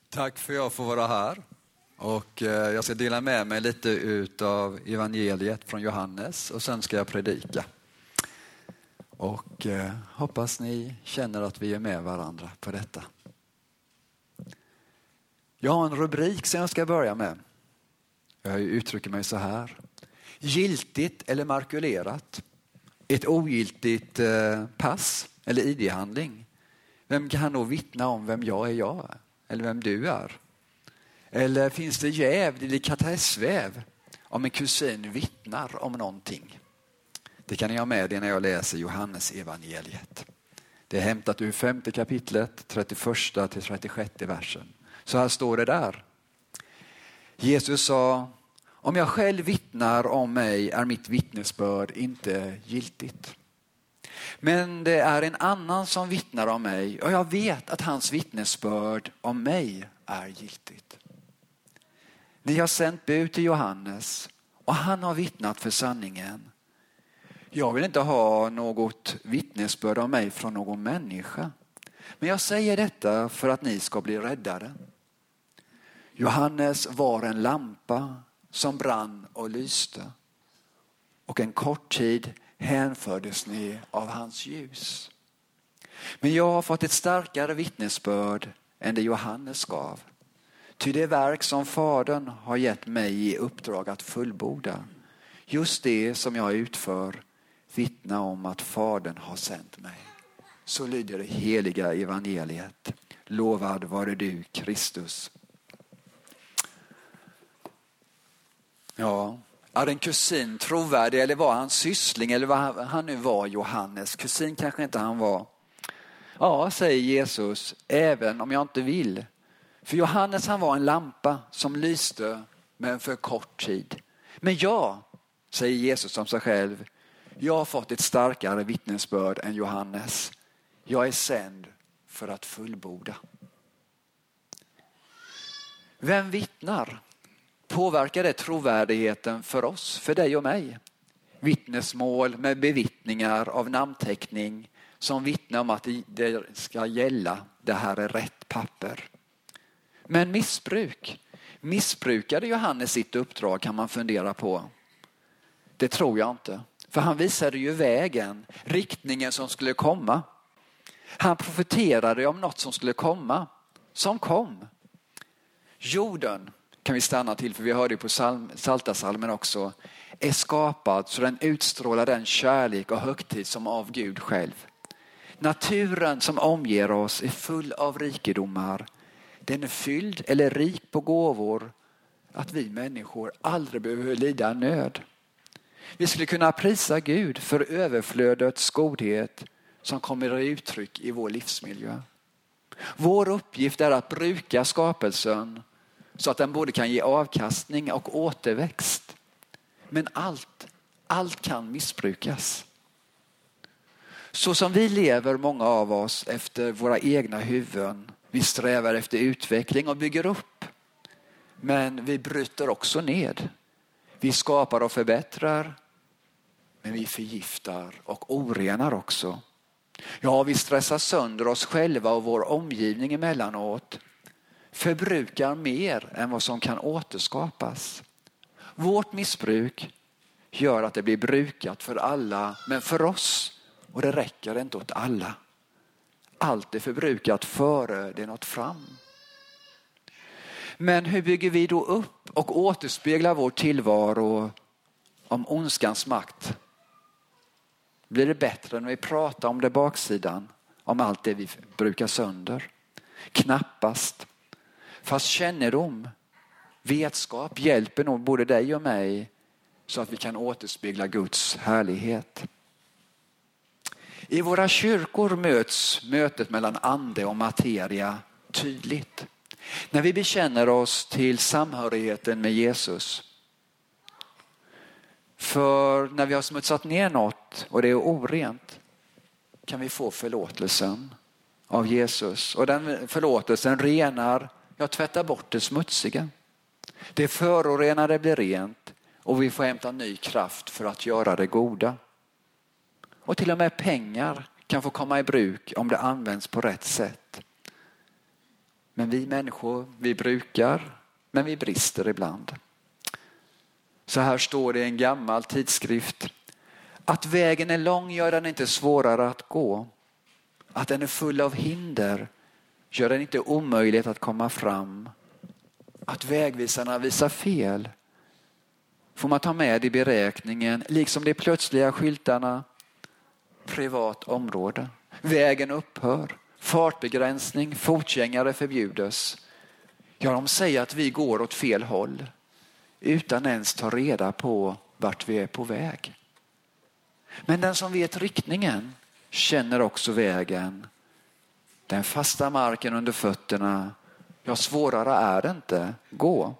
Tack för att jag får vara här. Och jag ska dela med mig lite utav evangeliet från Johannes och sen ska jag predika. Och hoppas ni känner att vi är med varandra på detta. Jag har en rubrik som jag ska börja med. Jag uttrycker mig så här. Giltigt eller markulerat? Ett ogiltigt pass eller ID-handling? Vem kan då vittna om vem jag är? Eller vem du är? Eller finns det jäv, delikatessväv om en kusin vittnar om någonting? Det kan ni ha med er när jag läser Johannes evangeliet. Det är hämtat ur 5:e kapitlet, 31 till 36 versen. Så här står det där. Jesus sa, om jag själv vittnar om mig är mitt vittnesbörd inte giltigt. Men det är en annan som vittnar om mig och jag vet att hans vittnesbörd om mig är giltigt. Ni har sänt bud till Johannes och han har vittnat för sanningen. Jag vill inte ha något vittnesbörd om mig från någon människa. Men jag säger detta för att ni ska bli räddade. Johannes var en lampa som brann och lyste. Och en kort tid hänfördes ni av hans ljus. Men jag har fått ett starkare vittnesbörd än det Johannes gav. Ty det verk som Fadern har gett mig i uppdrag att fullborda, just det som jag utför, vittna om att Fadern har sänt mig. Så lyder det heliga evangeliet. Lovad vare du, Kristus. Ja, är en kusin trovärdig eller var han syssling eller vad han nu var, Johannes? Kusin kanske inte han var. Ja, säger Jesus, även om jag inte vill. För Johannes han var en lampa som lyste men för kort tid. Men jag, säger Jesus om sig själv, jag har fått ett starkare vittnesbörd än Johannes. Jag är sänd för att fullborda. Vem vittnar? Påverkar det trovärdigheten för oss, för dig och mig? Vittnesmål med bevittningar av namnteckning som vittnar om att det ska gälla, det här är rätt papper. Men missbrukade Johannes sitt uppdrag kan man fundera på. Det tror jag inte. För han visade ju vägen, riktningen som skulle komma. Han profeterade om något som skulle komma, som kom. Jorden, kan vi stanna till för vi hörde på Psaltarpsalmen också, är skapad så den utstrålar den kärlek och högtid som av Gud själv. Naturen som omger oss är full av rikedomar. Den är fylld eller rik på gåvor att vi människor aldrig behöver lida nöd. Vi skulle kunna prisa Gud för överflödets godhet som kommer i uttryck i vår livsmiljö. Vår uppgift är att bruka skapelsen så att den både kan ge avkastning och återväxt. Men allt kan missbrukas. Så som vi lever många av oss efter våra egna huvuden. Vi strävar efter utveckling och bygger upp. Men vi bryter också ned. Vi skapar och förbättrar. Men vi förgiftar och orenar också. Ja, vi stressar sönder oss själva och vår omgivning emellanåt. Förbrukar mer än vad som kan återskapas. Vårt missbruk gör att det blir brukat för alla, men för oss, och det räcker inte åt alla. Allt är förbrukat före det nått fram. Men hur bygger vi då upp och återspeglar vår tillvaro om ondskans makt? Blir det bättre när vi pratar om det baksidan, om allt det vi brukar sönder? Knappast. Fast kännedom, vetskap hjälper nog både dig och mig så att vi kan återspegla Guds härlighet. I våra kyrkor möts mötet mellan ande och materia tydligt. När vi bekänner oss till samhörigheten med Jesus. För när vi har smutsat ner något och det är orent kan vi få förlåtelsen av Jesus. Och den förlåtelsen renar, tvättar bort det smutsiga. Det förorenade blir rent och vi får hämta ny kraft för att göra det goda. Och till och med pengar kan få komma i bruk om det används på rätt sätt. Men vi människor, vi brukar, men vi brister ibland. Så här står det i en gammal tidskrift. Att vägen är lång gör den inte svårare att gå. Att den är full av hinder gör den inte omöjligt att komma fram. Att vägvisarna visar fel får man ta med i beräkningen, liksom de plötsliga skyltarna. Privat område. Vägen upphör. Fartbegränsning, fotgängare förbjudes. Ja, de säger att vi går åt fel håll utan ens ta reda på vart vi är på väg. Men den som vet riktningen känner också vägen. Den fasta marken under fötterna. Ja, svårare är det inte. Gå.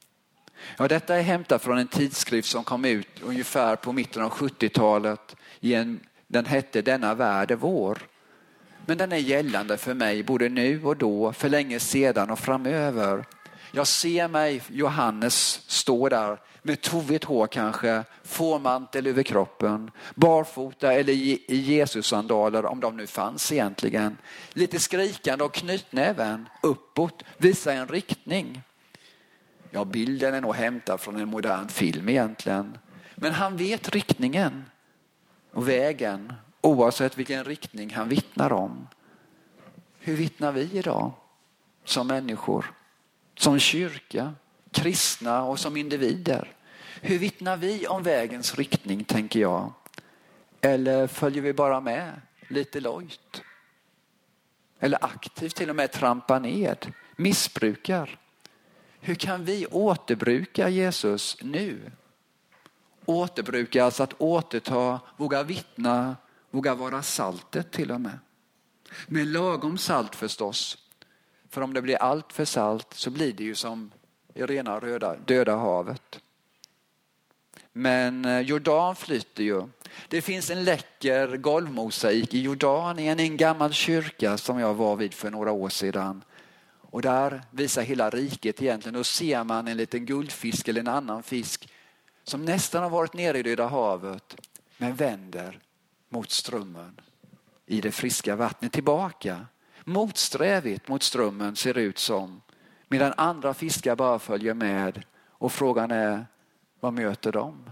Ja, detta är hämtat från en tidskrift som kom ut ungefär på mitten av 70-talet. Den hette Denna värld är vår. Men den är gällande för mig både nu och då, för länge sedan och framöver. Jag ser mig, Johannes, stå där med tovigt hår kanske, fårmantel över kroppen, barfota eller i Jesus-sandaler om de nu fanns egentligen. Lite skrikande och knytnäven uppåt, visa en riktning. Ja, bilden är nog hämtad från en modern film egentligen. Men han vet riktningen och vägen oavsett vilken riktning han vittnar om. Hur vittnar vi idag som människor, som kyrka, kristna och som individer? Hur vittnar vi om vägens riktning, tänker jag? Eller följer vi bara med lite lojt? Eller aktivt till och med trampar ned, missbrukar? Hur kan vi återbruka Jesus nu? Återbruka, alltså att återta, våga vittna, våga vara saltet till och med. Med lagom salt förstås. För om det blir allt för salt så blir det ju som i rena döda havet. Men Jordan flyter ju. Det finns en läcker golvmosaik i Jordan i en gammal kyrka som jag var vid för några år sedan. Och där visar hela riket egentligen. Då ser man en liten guldfisk eller en annan fisk som nästan har varit nere i Döda havet men vänder mot strömmen i det friska vattnet tillbaka. Motsträvigt mot strömmen ser det ut som. Medan andra fiskar bara följer med. Och frågan är, vad möter de?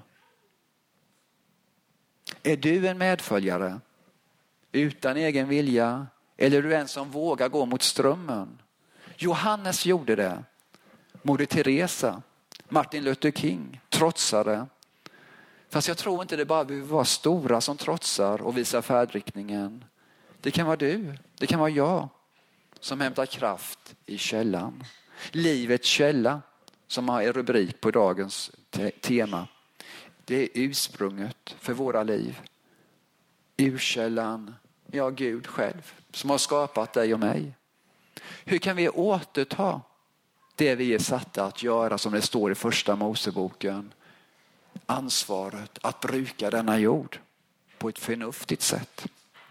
Är du en medföljare utan egen vilja? Eller är du en som vågar gå mot strömmen? Johannes gjorde det. Moder Teresa, Martin Luther King trotsade. Fast jag tror inte det bara behöver vara stora som trotsar och visar färdriktningen. Det kan vara du, det kan vara jag som hämtar kraft i källan. Livets källa som har en rubrik på dagens tema. Det är ursprunget för våra liv. Urkällan, ja, Gud själv som har skapat dig och mig. Hur kan vi återta det vi är satta att göra, som det står i första Moseboken? Ansvaret att bruka denna jord på ett förnuftigt sätt.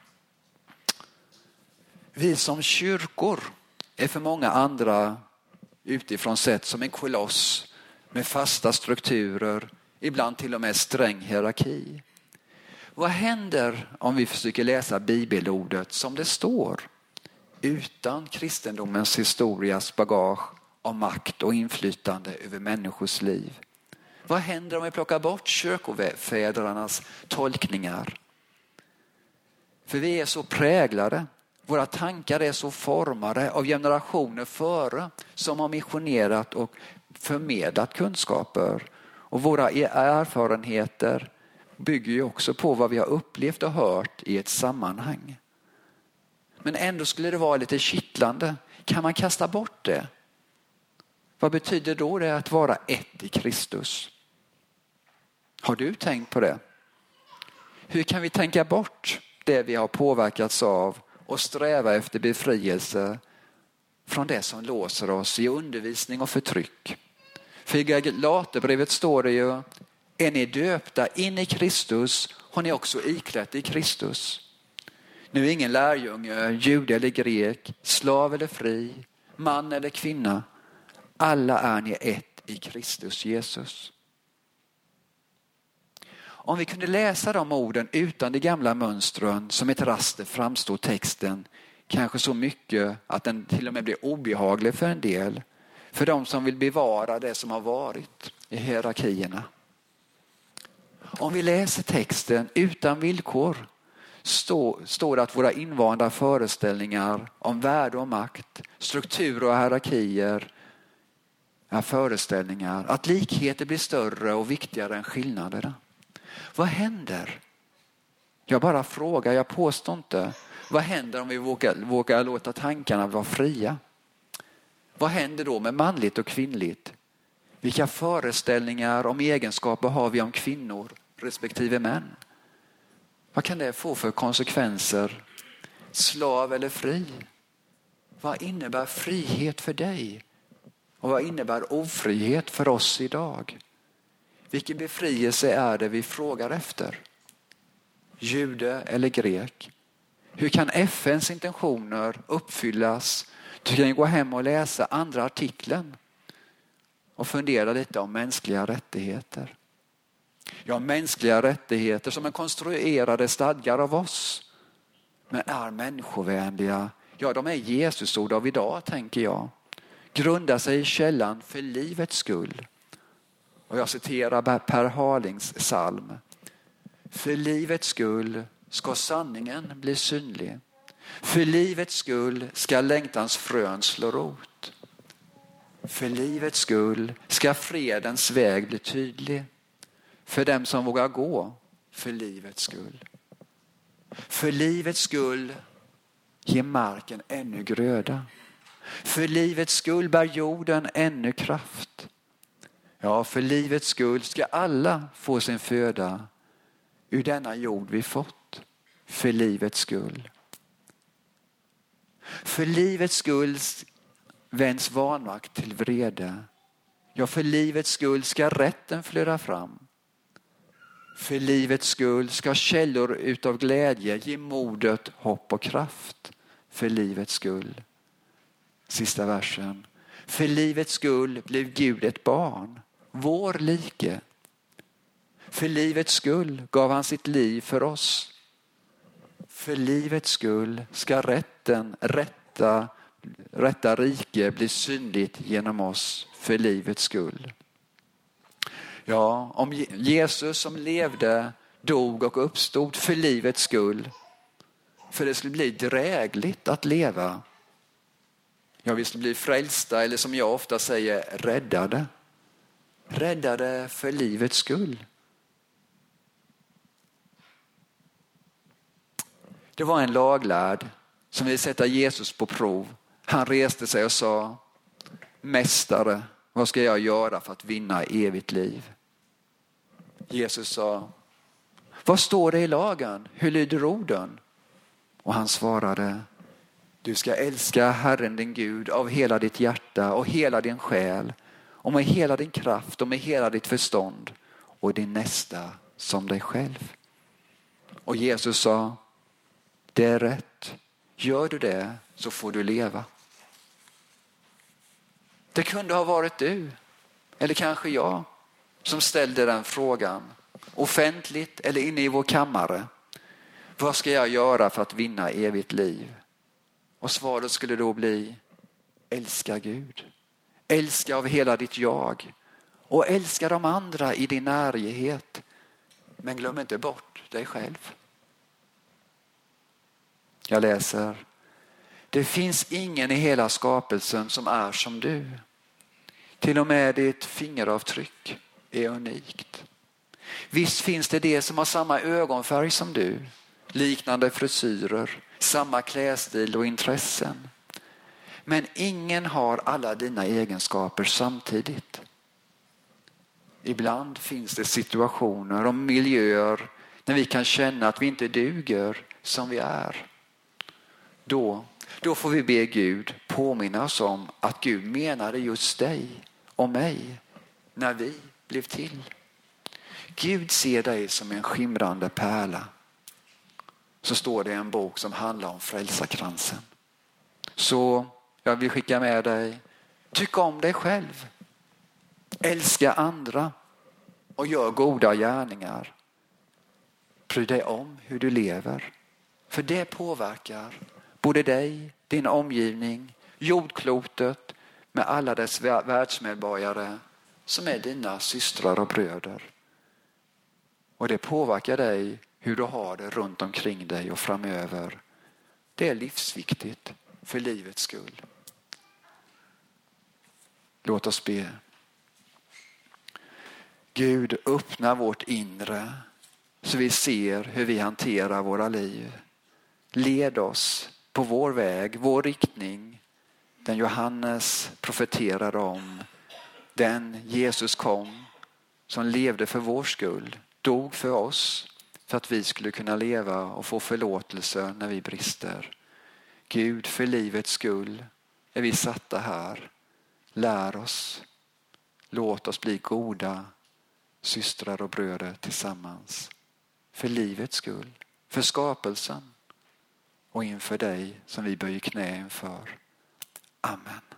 Vi som kyrkor är för många andra utifrån sett som en koloss med fasta strukturer, ibland till och med sträng hierarki. Vad händer om vi försöker läsa bibelordet som det står, utan kristendomens historias bagage av makt och inflytande över människors liv? Vad händer om vi plockar bort kyrkofädernas tolkningar? För vi är så präglade, våra tankar är så formade av generationer före som har missionerat och förmedlat kunskaper. Och våra erfarenheter bygger ju också på vad vi har upplevt och hört i ett sammanhang. Men ändå skulle det vara lite kittlande. Kan man kasta bort det? Vad betyder då det att vara ett i Kristus? Har du tänkt på det? Hur kan vi tänka bort det vi har påverkats av och sträva efter befrielse från det som låser oss i undervisning och förtryck? För i Galaterbrevet står det ju: är ni döpta in i Kristus har ni också iklätt i Kristus. Nu är ingen lärjunge, jude eller grek, slav eller fri, man eller kvinna. Alla är ni ett i Kristus Jesus. Om vi kunde läsa de orden utan de gamla mönstren som ett raster framstår texten Kanske så mycket att den till och med blir obehaglig för en del. För de som vill bevara det som har varit i hierarkierna. Om vi läser texten utan villkor står det att våra invanda föreställningar om värde och makt, struktur och hierarkier är föreställningar. Att likheter blir större och viktigare än skillnaderna. Vad händer? Jag bara frågar, jag påstår inte. Vad händer om vi vågar låta tankarna vara fria? Vad händer då med manligt och kvinnligt? Vilka föreställningar om egenskaper har vi om kvinnor respektive män? Vad kan det få för konsekvenser? Slav eller fri? Vad innebär frihet för dig? Och vad innebär ofrihet för oss idag? Vilken befrielse är det vi frågar efter? Jude eller grek? Hur kan FNs intentioner uppfyllas? Du kan gå hem och läsa andra artikeln och fundera lite om mänskliga rättigheter. Ja, mänskliga rättigheter som är konstruerade stadgar av oss. Men är människovänliga? Ja, de är Jesus ord av idag, tänker jag. Grundar sig i källan för livets skull. Och jag citerar Per Harlings psalm. För livets skull ska sanningen bli synlig. För livets skull ska längtans frön slå rot. För livets skull ska fredens väg bli tydlig. För dem som vågar gå för livets skull. För livets skull ger marken ännu gröda. För livets skull bär jorden ännu kraft. Ja, för livets skull ska alla få sin föda ur denna jord vi fått. För livets skull. För livets skull vänds vanmakt till vrede. Ja, för livets skull ska rätten flöda fram. För livets skull ska källor utav glädje ge modet, hopp och kraft. För livets skull. Sista versen. För livets skull blev Gud ett barn, vår like. För livets skull gav han sitt liv för oss. För livets skull ska rätta rike bli synligt genom oss. För livets skull. Ja, om Jesus som levde, dog och uppstod för livets skull. För det skulle bli drägligt att leva. Ja, vi skulle bli frälsta, eller som jag ofta säger, räddade. Räddade för livets skull. Det var en laglärd som ville sätta Jesus på prov. Han reste sig och sa: Mästare, vad ska jag göra för att vinna evigt liv? Jesus sa: vad står det i lagen? Hur lyder orden? Och han svarade: du ska älska Herren din Gud av hela ditt hjärta och hela din själ och med hela din kraft och med hela ditt förstånd och din nästa som dig själv. Och Jesus sa: det är rätt. Gör du det så får du leva. Det kunde ha varit du, eller kanske jag, som ställde den frågan. Offentligt eller inne i vår kammare. Vad ska jag göra för att vinna evigt liv? Och svaret skulle då bli: älska Gud. Älska av hela ditt jag. Och älska de andra i din närhet. Men glöm inte bort dig själv. Jag läser: det finns ingen i hela skapelsen som är som du. Till och med ditt fingeravtryck är unikt. Visst finns det det som har samma ögonfärg som du, liknande frisyrer, samma klädstil och intressen. Men ingen har alla dina egenskaper samtidigt. Ibland finns det situationer och miljöer när vi kan känna att vi inte duger som vi är. Då får vi be Gud påminna oss om att Gud menade just dig och mig när vi blev till. Gud ser dig som en skimrande pärla. Så står det i en bok som handlar om frälsarkransen. Så jag vill skicka med dig: tyck om dig själv. Älska andra och gör goda gärningar. Bry dig om hur du lever. För det påverkar både dig, din omgivning, jordklotet med alla dess världsmedborgare som är dina systrar och bröder. Och det påverkar dig hur du har det runt omkring dig och framöver. Det är livsviktigt för livets skull. Låt oss be. Gud, öppna vårt inre så vi ser hur vi hanterar våra liv. Led oss på vår väg, vår riktning. Den Johannes profeterade om. Den Jesus kom som levde för vår skull, dog för oss för att vi skulle kunna leva och få förlåtelse när vi brister. Gud, för livets skull är vi satta här. Lär oss. Låt oss bli goda systrar och bröder tillsammans. För livets skull, för skapelsen och inför dig som vi böjer knä inför. Amen.